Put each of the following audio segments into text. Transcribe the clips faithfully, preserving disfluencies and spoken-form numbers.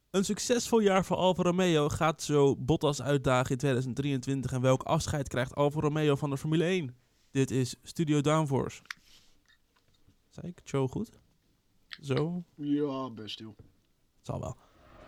Een succesvol jaar voor Alfa Romeo gaat zo Bottas uitdagen in tweeduizend drieëntwintig. En welk afscheid krijgt Alfa Romeo van de Formule één? Dit is Studio Downforce. Zei ik het zo goed? Zo? Ja, best stil. Het zal wel.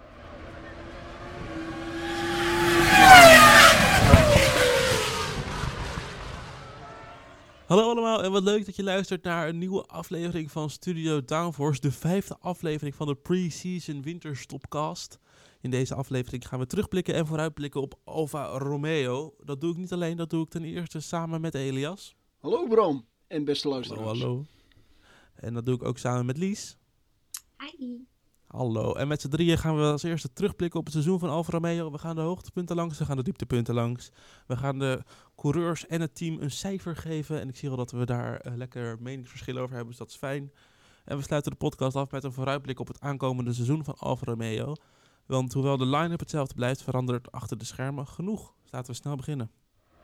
Hallo allemaal en wat leuk dat je luistert naar een nieuwe aflevering van Studio Downforce. De vijfde aflevering van de Pre-Season Winterstopcast. In deze aflevering gaan we terugblikken en vooruitblikken op Alfa Romeo. Dat doe ik niet alleen, dat doe ik ten eerste samen met Elias. Hallo Bram en beste luisteraars. Hallo, hallo. En dat doe ik ook samen met Lies. Hi. Hallo. En met z'n drieën gaan we als eerste terugblikken op het seizoen van Alfa Romeo. We gaan de hoogtepunten langs, we gaan de dieptepunten langs. We gaan de coureurs en het team een cijfer geven. En ik zie wel dat we daar uh, lekker meningsverschillen over hebben, dus dat is fijn. En we sluiten de podcast af met een vooruitblik op het aankomende seizoen van Alfa Romeo. Want hoewel de line-up hetzelfde blijft, verandert achter de schermen genoeg. Dus laten we snel beginnen.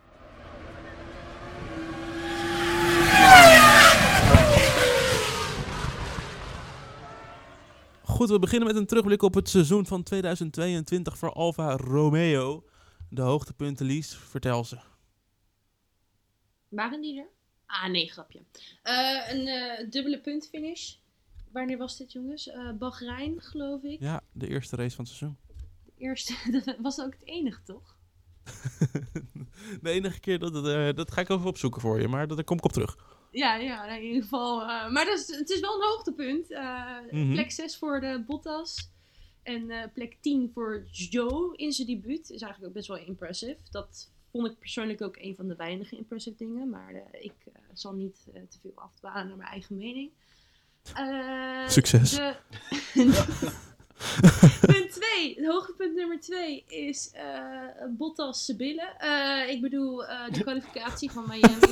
Goed, we beginnen met een terugblik op het seizoen van tweeduizend tweeëntwintig voor Alfa Romeo. De hoogtepunten, Lies, vertel ze. Waren die er? Ah, nee, grapje. Uh, een uh, dubbele puntfinish. Wanneer was dit, jongens? Uh, Bahrein, geloof ik. Ja, de eerste race van het seizoen. De eerste, dat was ook het enige, toch? De enige keer, dat, uh, dat ga ik even opzoeken voor je, maar daar kom ik op terug. Ja, ja, in ieder geval. Uh, maar dat is, het is wel een hoogtepunt. Uh, mm-hmm. Plek zes voor de Bottas. En uh, plek tien voor Zhou in zijn debuut. Is eigenlijk ook best wel impressive. Dat vond ik persoonlijk ook een van de weinige impressive dingen. Maar uh, ik uh, zal niet uh, te veel afdwalen naar mijn eigen mening. Uh, Succes. De... Punt twee. Het hoogtepunt nummer twee is uh, Bottas zijn billen. Uh, ik bedoel uh, de kwalificatie van Miami.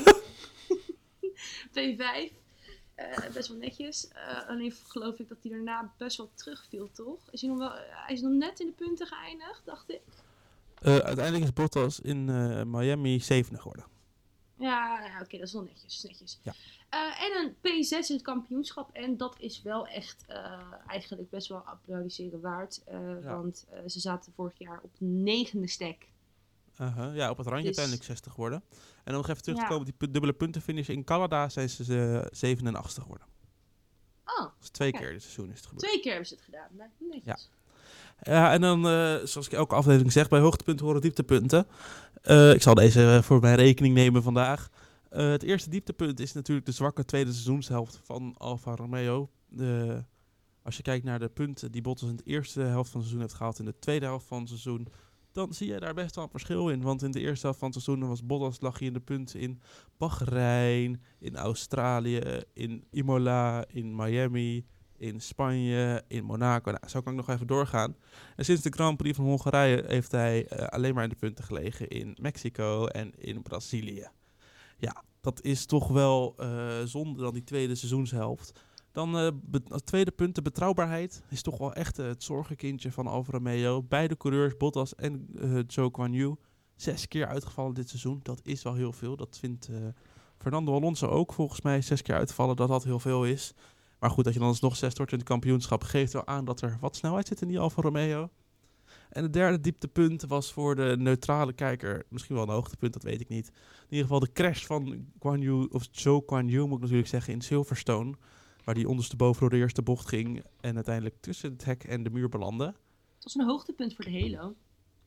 P vijf. Uh, best wel netjes. Uh, alleen geloof ik dat hij daarna best wel terugviel, toch? Is hij, nog wel, uh, hij is nog net in de punten geëindigd, dacht ik. Uh, uiteindelijk is Bottas in uh, Miami zevende geworden. Ja, ja oké, okay, dat is wel netjes. netjes. Ja. Uh, en een P zes in het kampioenschap. En dat is wel echt uh, eigenlijk best wel applaudisseren waard. Uh, ja. Want uh, ze zaten vorig jaar op de negende stek. Uh-huh, ja, op het randje dus... uiteindelijk zestig geworden. En om nog even terug te komen op die pu- dubbele puntenfinish in Canada zijn ze uh, zeven en achtste geworden. Oh. Dus twee kijk. keer dit seizoen is het gebeurd. Twee keer hebben ze het gedaan. Nee, netjes. Ja. Ja, en dan, uh, zoals ik elke aflevering zeg, bij hoogtepunten horen dieptepunten. Uh, ik zal deze uh, voor mijn rekening nemen vandaag. Uh, het eerste dieptepunt is natuurlijk de zwakke tweede seizoenshelft van Alfa Romeo. De, als je kijkt naar de punten die Bottas in de eerste helft van het seizoen heeft gehaald en de tweede helft van het seizoen, dan zie je daar best wel een verschil in. Want in de eerste helft van het seizoen was Bottas lag je in de punten in Bahrein, in Australië, in Imola, in Miami, in Spanje, in Monaco. Nou, zo kan ik nog even doorgaan. En sinds de Grand Prix van Hongarije heeft hij uh, alleen maar in de punten gelegen in Mexico en in Brazilië. Ja, dat is toch wel uh, zonde dan die tweede seizoenshelft. Dan uh, be- als tweede punt, de betrouwbaarheid is toch wel echt uh, het zorgenkindje van Alfa Romeo. Beide coureurs, Bottas en uh, Zhou Guanyu, zes keer uitgevallen dit seizoen. Dat is wel heel veel. Dat vindt uh, Fernando Alonso ook volgens mij zes keer uitvallen, dat dat heel veel is. Maar goed, dat je dan alsnog zes wordt in het kampioenschap geeft wel aan dat er wat snelheid zit in die Alfa Romeo. En het derde dieptepunt was voor de neutrale kijker, misschien wel een hoogtepunt, dat weet ik niet. In ieder geval de crash van Guanyu, of Zhou Guanyu moet ik natuurlijk zeggen, in Silverstone. Waar die ondersteboven door de eerste bocht ging en uiteindelijk tussen het hek en de muur belandde. Het was een hoogtepunt voor de Halo.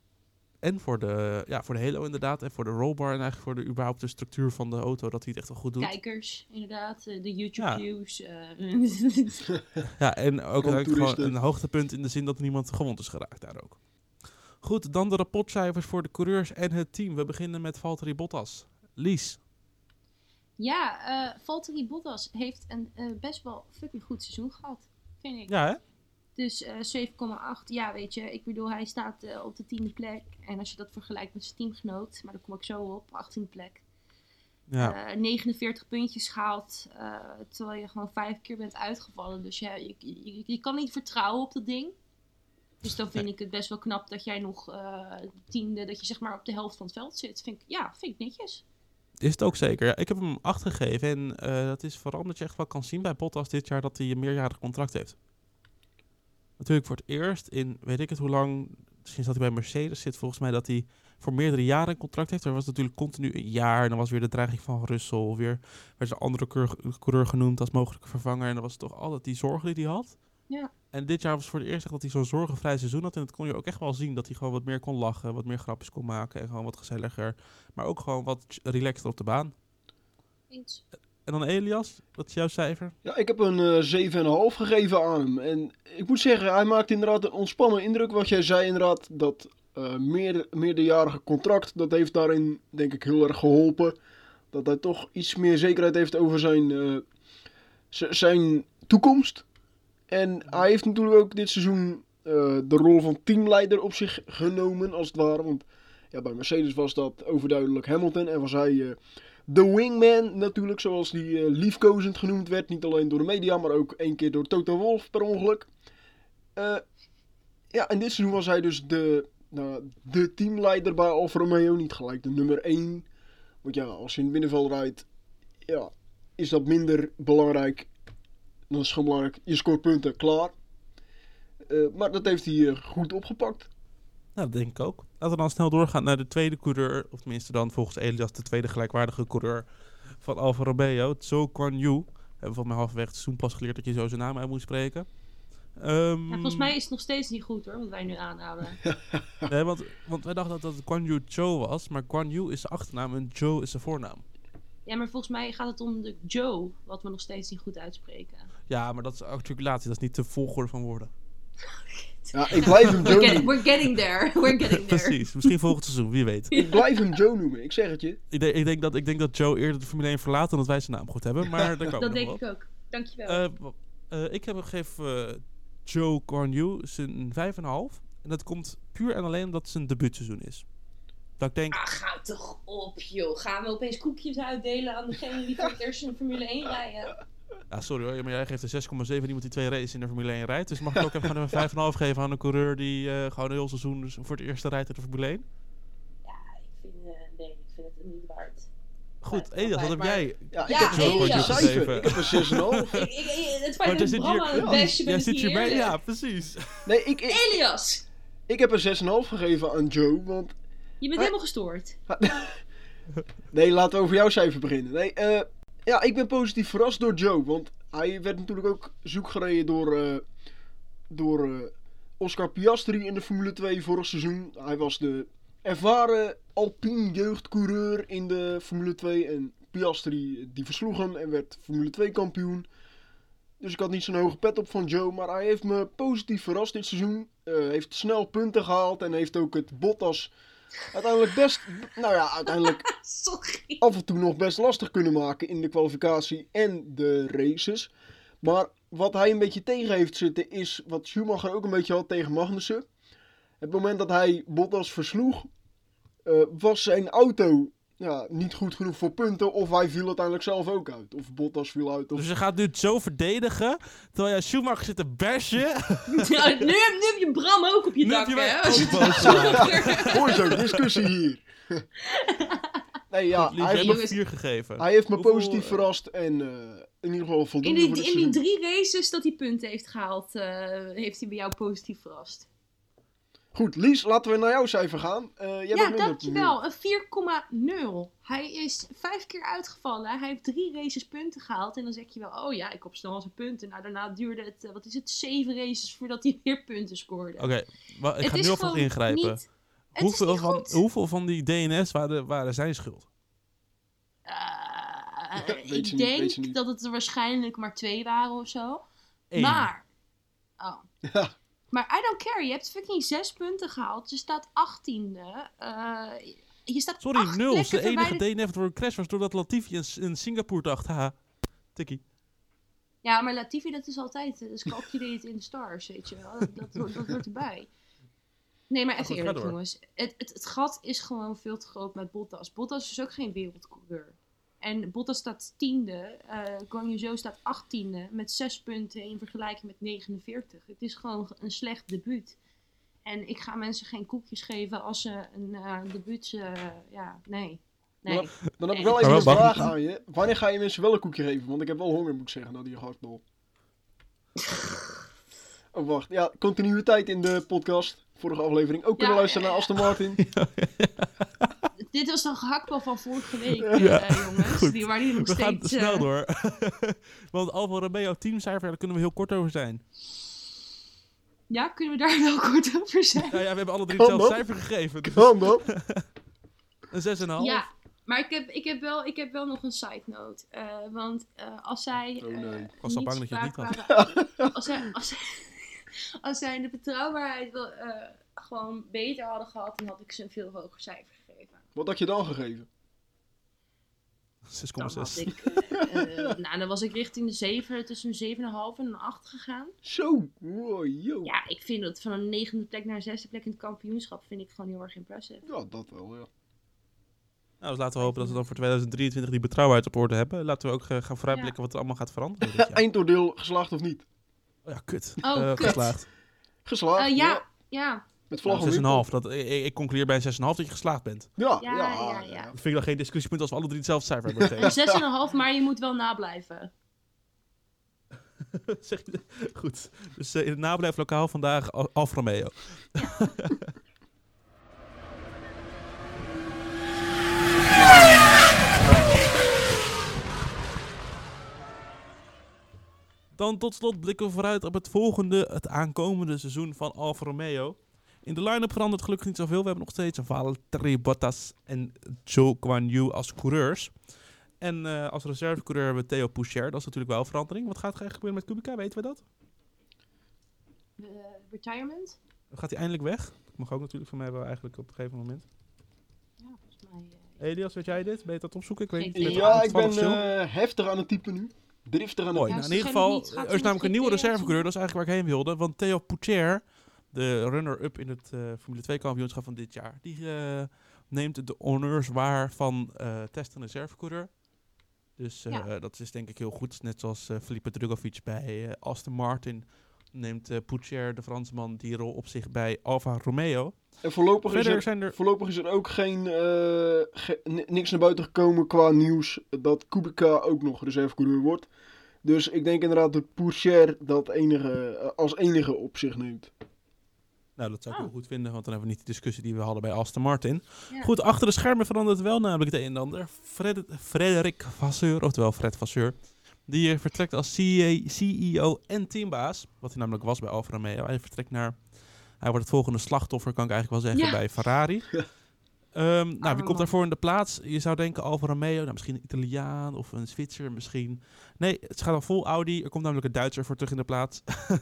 En voor de, ja, voor de Halo inderdaad. En voor de rollbar en eigenlijk voor de überhaupt de structuur van de auto, dat hij het echt wel goed doet. Kijkers, inderdaad. De YouTube ja. views. Uh. Ja, en ook gewoon een hoogtepunt in de zin dat niemand gewond is geraakt daar ook. Goed, dan de rapportcijfers voor de coureurs en het team. We beginnen met Valtteri Bottas. Lies. Ja, uh, Valtteri Bottas heeft een uh, best wel fucking goed seizoen gehad, vind ik. Ja, hè? Dus uh, zeven komma acht, ja weet je, ik bedoel hij staat uh, op de tiende plek. En als je dat vergelijkt met zijn teamgenoot, maar daar kom ik zo op, achttiende plek. Ja. Uh, negenenveertig puntjes gehaald, uh, terwijl je gewoon vijf keer bent uitgevallen. Dus ja, je, je, je kan niet vertrouwen op dat ding. Dus dan vind nee. ik het best wel knap dat jij nog uh, tiende, dat je zeg maar op de helft van het veld zit. Vind ik, ja, vind ik netjes. Is het ook zeker. Ja, ik heb hem acht gegeven en uh, dat is vooral omdat je echt wel kan zien bij Bottas dit jaar dat hij een meerjarig contract heeft. natuurlijk voor het eerst in, weet ik het hoe lang, sinds dat hij bij Mercedes zit, volgens mij dat hij voor meerdere jaren een contract heeft. Er was natuurlijk continu een jaar en dan was weer de dreiging van Russell. Weer werd een andere coureur, coureur genoemd als mogelijke vervanger. En dan was het toch altijd die zorgen die hij had. Ja. En dit jaar was voor het eerst echt dat hij zo'n zorgenvrij seizoen had. En dat kon je ook echt wel zien dat hij gewoon wat meer kon lachen, wat meer grapjes kon maken en gewoon wat gezelliger. Maar ook gewoon wat relaxter op de baan. Eens. En dan Elias, wat is jouw cijfer? Ja, ik heb een uh, zeven komma vijf gegeven aan hem. En ik moet zeggen, hij maakt inderdaad een ontspannen indruk. Wat jij zei inderdaad, dat uh, meer, meerderjarige contract, dat heeft daarin denk ik heel erg geholpen. Dat hij toch iets meer zekerheid heeft over zijn, uh, z- zijn toekomst. En hij heeft natuurlijk ook dit seizoen uh, de rol van teamleider op zich genomen, als het ware. Want ja, bij Mercedes was dat overduidelijk Hamilton en was hij uh, de wingman natuurlijk, zoals die uh, liefkozend genoemd werd. Niet alleen door de media, maar ook één keer door Toto Wolff per ongeluk. Uh, ja, en dit seizoen was hij dus de, nou, de teamleider bij Alfa Romeo, niet gelijk de nummer één. Want ja, als je in het middenveld rijdt, ja, is dat minder belangrijk. Dan is het gewoon belangrijk, je scoort punten, klaar. Uh, maar dat heeft hij uh, goed opgepakt. Nou, dat denk ik ook. Laten we dan snel doorgaan naar de tweede coureur, of tenminste dan volgens Elias de tweede gelijkwaardige coureur van Alfa Romeo, Zhou Guanyu. We hebben volgens mij halverwege het seizoen pas geleerd dat je zo zijn naam uit moet spreken. Um, ja, volgens mij is het nog steeds niet goed hoor, wat wij nu aanhouden. nee, want, want wij dachten dat het Guanyu Zhou was, maar Guanyu is zijn achternaam en Zhou is zijn voornaam. Ja, maar volgens mij gaat het om de Joe, wat we nog steeds niet goed uitspreken. Ja, maar dat is articulatie, dat is niet de volgorde van woorden. Ja, ik blijf hem Joe we're, get, noemen. we're getting there, we're getting there. Precies, misschien volgend seizoen, wie weet. Ik blijf hem Joe noemen, ik zeg het je. Ik, de, ik, denk, dat, ik denk dat Joe eerder de Formule één verlaat dan dat wij zijn naam goed hebben, maar daar komen dat we denk nog ik wel. ook, dankjewel. Uh, uh, ik heb gegeven uh, Zhou Guanyu zijn vijf komma vijf. En dat komt puur en alleen omdat het zijn debuutseizoen is. Dat ik denk... Ah, ga toch op, joh. Gaan we opeens koekjes uitdelen aan degene die voor het eerst in Formule één rijden? Ja, sorry hoor, maar jij geeft een zes komma zeven iemand die twee races in de Formule één rijdt. Dus mag ik ook even een vijf komma vijf geven aan een coureur die uh, gewoon een heel seizoen dus voor het eerst rijdt in de Formule één? Ja, ik vind, uh, nee, ik vind het niet waard. Goed, Elias, wat heb jij? Ja, ik Ja, heb zo'n Elias. cijfer. Ik heb een zes komma vijf. ik, ik, ik, het feit Maar dat zit Bram hier- aan het ja, bestje Jij bent zit is hierbij? niet Ja, eerlijk. precies. Nee, ik, ik, Elias! ik heb een zes komma vijf gegeven aan Joe, want... Je bent Hij- helemaal gestoord. Nee, laten we over jouw cijfer beginnen. Nee, uh, ja, ik ben positief verrast door Joe, want hij werd natuurlijk ook zoekgereden door, uh, door uh, Oscar Piastri in de Formule twee vorig seizoen. Hij was de ervaren Alpine jeugdcoureur in de Formule twee en Piastri die versloeg hem en werd Formule twee kampioen. Dus ik had niet zo'n hoge pet op van Joe, maar hij heeft me positief verrast dit seizoen. Uh, heeft snel punten gehaald en heeft ook het Bottas uiteindelijk best, nou ja, uiteindelijk Sorry. af en toe nog best lastig kunnen maken in de kwalificatie en de races. Maar wat hij een beetje tegen heeft zitten is wat Schumacher ook een beetje had tegen Magnussen. Het moment dat hij Bottas versloeg, uh, was zijn auto ja, niet goed genoeg voor punten of hij viel uiteindelijk zelf ook uit. Of Bottas viel uit. Of... Dus je gaat nu het zo verdedigen, terwijl jij Schumacher zit te bashen. Ja, nu, heb, nu heb je Bram ook op je Nu dak, heb je mij hè? ook Als je boos het Hoor zo, discussie hier. Nee, ja, Goed, Lies, hij jij heeft, hebt jongens. me vier gegeven. hij heeft me Hoeveel, positief uh, verrast en uh, in ieder geval In voldoende die, voor dit in die seizoen. drie races dat hij punten heeft gehaald, uh, heeft hij bij jou positief verrast. Goed, Lies, laten we naar jouw cijfer gaan. Uh, jij bent Ja, minder dankjewel. Een vier komma nul. Hij is vijf keer uitgevallen. Hij heeft drie races punten gehaald. En dan zeg je wel, oh ja, ik op snel zijn punten. Nou, daarna duurde het, uh, wat is het, zeven races voordat hij weer punten scoorde. Oké, okay, ik Het ga is nu alvast gewoon ingrijpen. niet- Het Hoeveel is niet van, goed. hoeveel van die D N S waren, waren zijn schuld? Uh, Weet je ik niet, denk weet je niet. dat het er waarschijnlijk maar twee waren of zo. Eén. Maar, oh. Ja. Maar I don't care. Je hebt fucking zes punten gehaald. Je staat achttiende. Uh, je staat Sorry, acht nul. plekken De enige verwijderd- D N F door een crash was doordat Latifi in, in Singapore dacht, haha, tikkie. Ja, maar Latifi, dat is altijd. Dus calculate in the stars, weet je wel. Dat, dat, hoort- dat hoort erbij. Nee, maar Ja, even goed, ga eerlijk, door. jongens. Het, het, het gat is gewoon veel te groot met Bottas. Bottas is ook geen wereldcoureur. En Bottas staat tiende. Uh, Guanyu Zhou staat achttiende. Met zes punten in vergelijking met negenenveertig. Het is gewoon een slecht debuut. En ik ga mensen geen koekjes geven als ze een uh, debuut... Uh, ja, nee. Nee. Maar Dan heb ik Nee. wel even Maar een wel- vraag aan je. Wanneer ga je mensen wel een koekje geven? Want ik heb wel honger, moet ik zeggen, na die gastbal. Oké, Oh, wacht. Ja, continuïteit in de podcast. Vorige aflevering ook kunnen Ja, luisteren ja, naar Aston Martin. Dit was dan gehaktbal van vorige week, Ja. uh, jongens. Goed. Die waren hier nog We gaan steeds... snel uh, door. Want Alfa Romeo teamcijfer, daar kunnen we heel kort over zijn. Ja, kunnen we daar wel kort over zijn? Nou ja, we hebben alle drie Kan hetzelfde dat? cijfer gegeven. Dus Kan dat? een zes komma vijf. Ja, maar ik heb, ik, heb wel, ik heb wel nog een side note. Uh, want uh, als zij... Oh, uh, nee. Ik was al bang dat je het niet spraak had. waren- als, zij, als, zij, als zij de betrouwbaarheid wel, uh, gewoon beter hadden gehad, dan had ik ze een veel hoger cijfer gegeven. Wat had je dan gegeven? zes komma Dan had zes. ik... Uh, uh, nou, dan was ik richting de zeven, tussen een zeven komma vijf en een acht gegaan. Zo. Wow, yo. Ja, ik vind dat van een negende plek naar een zesde plek in het kampioenschap vind ik gewoon heel erg impressive. Ja, dat wel, ja. Nou, dus laten we hopen dat we dan voor tweeduizend drieëntwintig die betrouwbaarheid op orde hebben. Laten we ook uh, gaan vooruitblikken wat er allemaal gaat veranderen. dit jaar. Eindoordeel geslaagd of niet? Oh ja, kut. Oh, Uh, kut. Geslaagd. Geslaagd? Uh, ja, ja. Met vlag Nou, en zes komma vijf. wimpel. Dat, ik, ik concludeer bij een zes komma vijf dat je geslaagd bent. Ja, Ja, ja, ja, ja. ja. Dat vind ik dan geen discussiepunt als we alle drie hetzelfde cijfer hebben Een gegeven. zes komma vijf, maar je moet wel nablijven. Zeg je, goed. Dus uh, in het nablijflokaal vandaag Al- Alfa Romeo. Dan tot slot blikken we vooruit op het volgende, het aankomende seizoen van Alfa Romeo. In de line-up verandert gelukkig niet zoveel. We hebben nog steeds Valtteri Bottas en Zhou Guanyu als coureurs. En uh, als reservecoureur hebben we Theo Pourchaire. Dat is natuurlijk wel een verandering. Wat gaat er eigenlijk gebeuren met Kubica? Weten we dat? Uh, retirement? Gaat hij eindelijk weg? Dat mag ook natuurlijk van mij wel eigenlijk op een gegeven moment. Ja, volgens mij... Uh, Elias, weet jij dit? Ben je dat opzoeken? Ik weet niet. Geen Ben je idee. Ja, ik ben toevallig stil? uh, heftig aan het typen nu. Driftig aan het Mooi. Ja, Nou, ze in ieder zijn nog geval, niet- gaat er er is namelijk een nieuwe nog geen reservecoureur. Dat is eigenlijk waar ik heen wilde. Want Theo Pourchaire, de runner-up in het uh, Formule twee kampioenschap van dit jaar, die uh, neemt de honneurs waar van uh, test- en reservecoureur. Dus uh, Ja. uh, dat is denk ik heel goed. Net zoals uh, Felipe Drugovich bij uh, Aston Martin neemt uh, Pourchaire, de Fransman, die rol op zich bij Alfa Romeo. En voorlopig is, Verder er, zijn er... voorlopig is er ook geen, uh, ge- n- niks naar buiten gekomen qua nieuws dat Kubica ook nog reservecoureur wordt. Dus ik denk inderdaad dat Pourchaire dat enige, uh, als enige op zich neemt. Nou, dat zou ik Oh. wel goed vinden, want dan hebben we niet de discussie die we hadden bij Aston Martin. ja. Goed, achter de schermen verandert wel namelijk het een en ander. Fred, Frederik Vasseur, oftewel Fred Vasseur, die uh, vertrekt als C E O en teambaas, wat hij namelijk was bij Alfa Romeo. Hij vertrekt naar, hij wordt het volgende slachtoffer, kan ik eigenlijk wel zeggen, Ja. bij Ferrari. Um, nou, wie man. komt daarvoor in de plaats? Je zou denken Alfa Romeo, nou, misschien een Italiaan of een Zwitser misschien. Nee, het gaat dan vol Audi. Er komt namelijk een Duitser voor terug in de plaats.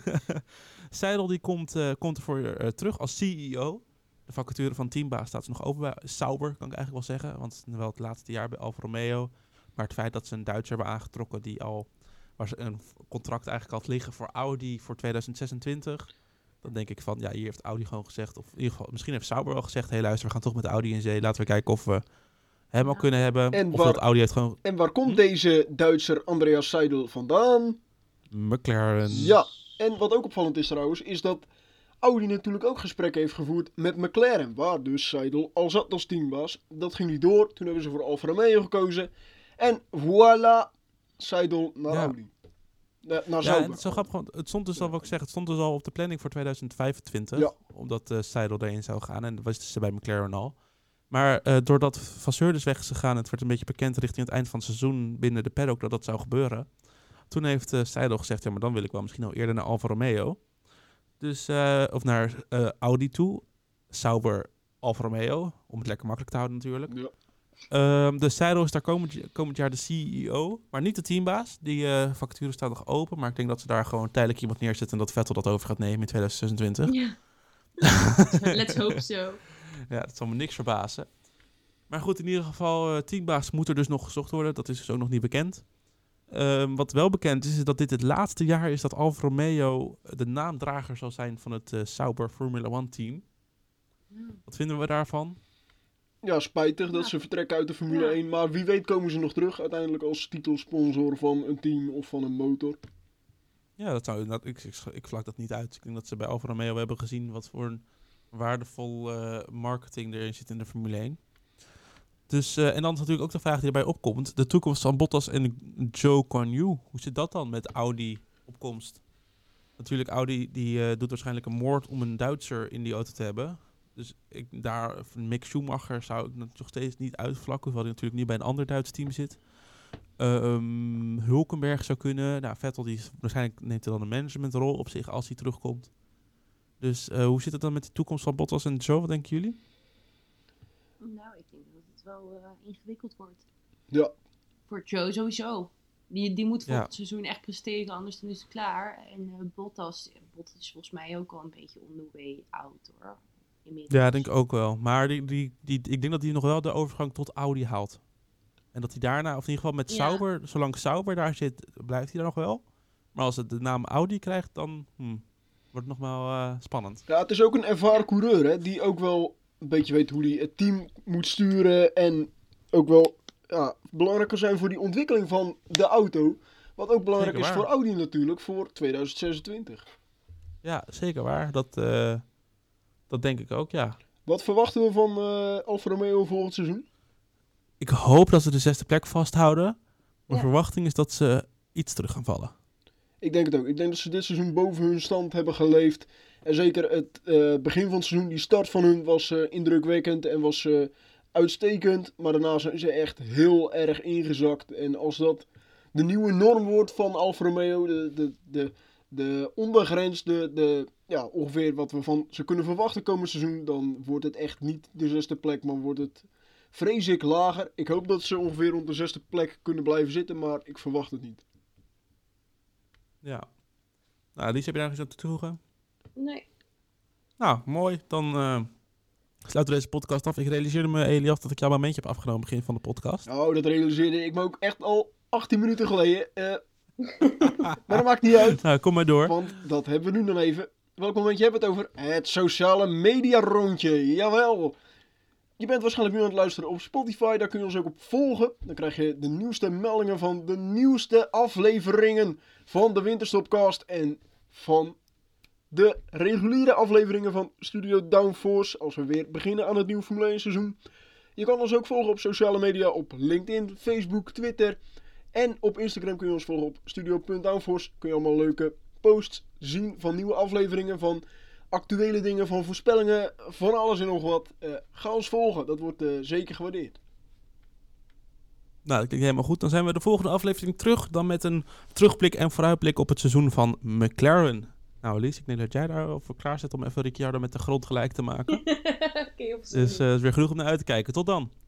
Seidel die komt, uh, komt ervoor uh, terug als C E O. De vacature van teambaas staat ze nog open bij Sauber, kan ik eigenlijk wel zeggen. Want het is wel het laatste jaar bij Alfa Romeo. Maar het feit dat ze een Duitser hebben aangetrokken die al, waar ze een contract eigenlijk had liggen voor Audi voor tweeduizend zesentwintig. Dan denk ik van, ja, hier heeft Audi gewoon gezegd, of in ieder geval, misschien heeft Sauber wel gezegd, hé hey, luister, we gaan toch met Audi in zee. Laten we kijken of we hem al Ja. kunnen hebben. En of waar- dat Audi heeft gewoon En waar komt Hm? deze Duitser Andreas Seidel vandaan? McLaren. Ja, en wat ook opvallend is trouwens, is dat Audi natuurlijk ook gesprekken heeft gevoerd met McLaren. Waar dus Seidel al zat als teambaas. Dat ging niet door, toen hebben ze voor Alfa Romeo gekozen. En voilà, Seidel naar Ja. Audi. Na, naar Ja, Sauber. en het is zo grappig, want het stond dus al, wat ik zeg, het stond dus al op de planning voor tweeduizend vijfentwintig. Ja. Omdat uh, Seidel erin zou gaan. En dat was dus bij McLaren al. Maar uh, doordat Vasseur dus weg is gegaan, het werd een beetje bekend richting het eind van het seizoen binnen de paddock dat dat zou gebeuren. Toen heeft uh, Seidel gezegd, ja, maar dan wil ik wel misschien al eerder naar Alfa Romeo. Dus, uh, of naar uh, Audi toe. Sauber, Alfa Romeo. Om het lekker makkelijk te houden natuurlijk. Ja. Um, dus Seidel is daar komend, komend jaar de C E O, maar niet de teambaas. Die uh, vacature staat nog open, maar ik denk dat ze daar gewoon tijdelijk iemand neerzetten en dat Vettel dat over gaat nemen in tweeduizend zesentwintig. Ja. Let's hope so. Ja, dat zal me niks verbazen. Maar goed, in ieder geval, uh, teambaas moet er dus nog gezocht worden. Dat is dus ook nog niet bekend. Um, wat wel bekend is, is dat dit het laatste jaar is dat Alfa Romeo de naamdrager zal zijn van het uh, Sauber Formula One team. Wat vinden we daarvan? Ja, spijtig dat Ja. ze vertrekken uit de Formule Ja. één. Maar wie weet komen ze nog terug uiteindelijk als titelsponsor van een team of van een motor. Ja, dat zou inderdaad. Ik, ik, ik vlak dat niet uit. Ik denk dat ze bij Alfa Romeo hebben gezien wat voor een waardevol uh, marketing erin zit in de Formule één. Dus, uh, en dan is natuurlijk ook de vraag die erbij opkomt. De toekomst van Bottas en Zhou Guanyu. Hoe zit dat dan met Audi opkomst? natuurlijk, Audi die uh, doet waarschijnlijk een moord om een Duitser in die auto te hebben. Dus ik, daar, Mick Schumacher zou ik nog steeds niet uitvlakken, hoewel hij natuurlijk nu bij een ander Duits team zit. Uh, um, Hulkenberg zou kunnen. Nou, Vettel die is, waarschijnlijk neemt hij dan een managementrol op zich als hij terugkomt. Dus uh, hoe zit het dan met de toekomst van Bottas en zo? Wat denken jullie? Nou, ik denk dat het wel uh, ingewikkeld wordt. Ja. Voor Joe sowieso. Die, die moet volgend ja. seizoen echt presteren, anders dan is het klaar. En uh, Bottas, Bottas is volgens mij ook al een beetje on the way out, hoor. Inmiddels. Ja, denk ik ook wel. Maar die, die, die, ik denk dat hij nog wel de overgang tot Audi haalt. En dat hij daarna, of in ieder geval met ja. Sauber, zolang Sauber daar zit, blijft hij daar nog wel. Maar als het de naam Audi krijgt, dan hmm, wordt het nog wel uh, spannend. Ja, het is ook een ervaren coureur, hè, die ook wel een beetje weet hoe hij het team moet sturen. En ook wel ja, belangrijk kan zijn voor die ontwikkeling van de auto. Wat ook belangrijk is voor Audi natuurlijk, voor tweeduizend zesentwintig. Ja, zeker waar. Dat, uh, dat denk ik ook, ja. Wat verwachten we van uh, Alfa Romeo volgend seizoen? Ik hoop dat ze de zesde plek vasthouden. Mijn ja. verwachting is dat ze iets terug gaan vallen. Ik denk het ook. Ik denk dat ze dit seizoen boven hun stand hebben geleefd. En zeker het uh, begin van het seizoen, die start van hun was uh, indrukwekkend en was uh, uitstekend. Maar daarna zijn ze echt heel erg ingezakt. En als dat de nieuwe norm wordt van Alfa Romeo, de, de, de, de ondergrens, de, de, ja, ongeveer wat we van ze kunnen verwachten komend seizoen, dan wordt het echt niet de zesde plek, maar wordt het, vrees ik, lager. Ik hoop dat ze ongeveer rond de zesde plek kunnen blijven zitten, maar ik verwacht het niet. Ja. Nou, Lies, heb je daar nog iets aan toe te voegen? Nee. Nou, mooi. Dan uh, sluiten we deze podcast af. Ik realiseerde me, Elias, dat ik jouw momentje heb afgenomen begin van de podcast. Nou, dat realiseerde ik me ook echt al achttien minuten geleden. Uh, maar dat maakt niet uit. Nou, kom maar door. Want dat hebben we nu dan even. Welk momentje hebben we het over? Het sociale media rondje. Jawel. Je bent waarschijnlijk nu aan het luisteren op Spotify. Daar kun je ons ook op volgen. Dan krijg je de nieuwste meldingen van de nieuwste afleveringen van de Winterstopcast. En van de reguliere afleveringen van Studio Downforce. Als we weer beginnen aan het nieuwe Formule één seizoen. Je kan ons ook volgen op sociale media. Op LinkedIn, Facebook, Twitter. En op Instagram kun je ons volgen op studio punt downforce. Kun je allemaal leuke posts zien van nieuwe afleveringen. Van actuele dingen, van voorspellingen, van alles en nog wat. Uh, ga ons volgen, dat wordt uh, zeker gewaardeerd. Nou, dat klinkt helemaal goed. Dan zijn we de volgende aflevering terug. Dan met een terugblik en vooruitblik op het seizoen van McLaren. Nou, Lies, ik denk dat jij daarover klaar zit om even Ricciardo met de grond gelijk te maken. Okay, dus uh, het is weer genoeg om naar uit te kijken. Tot dan.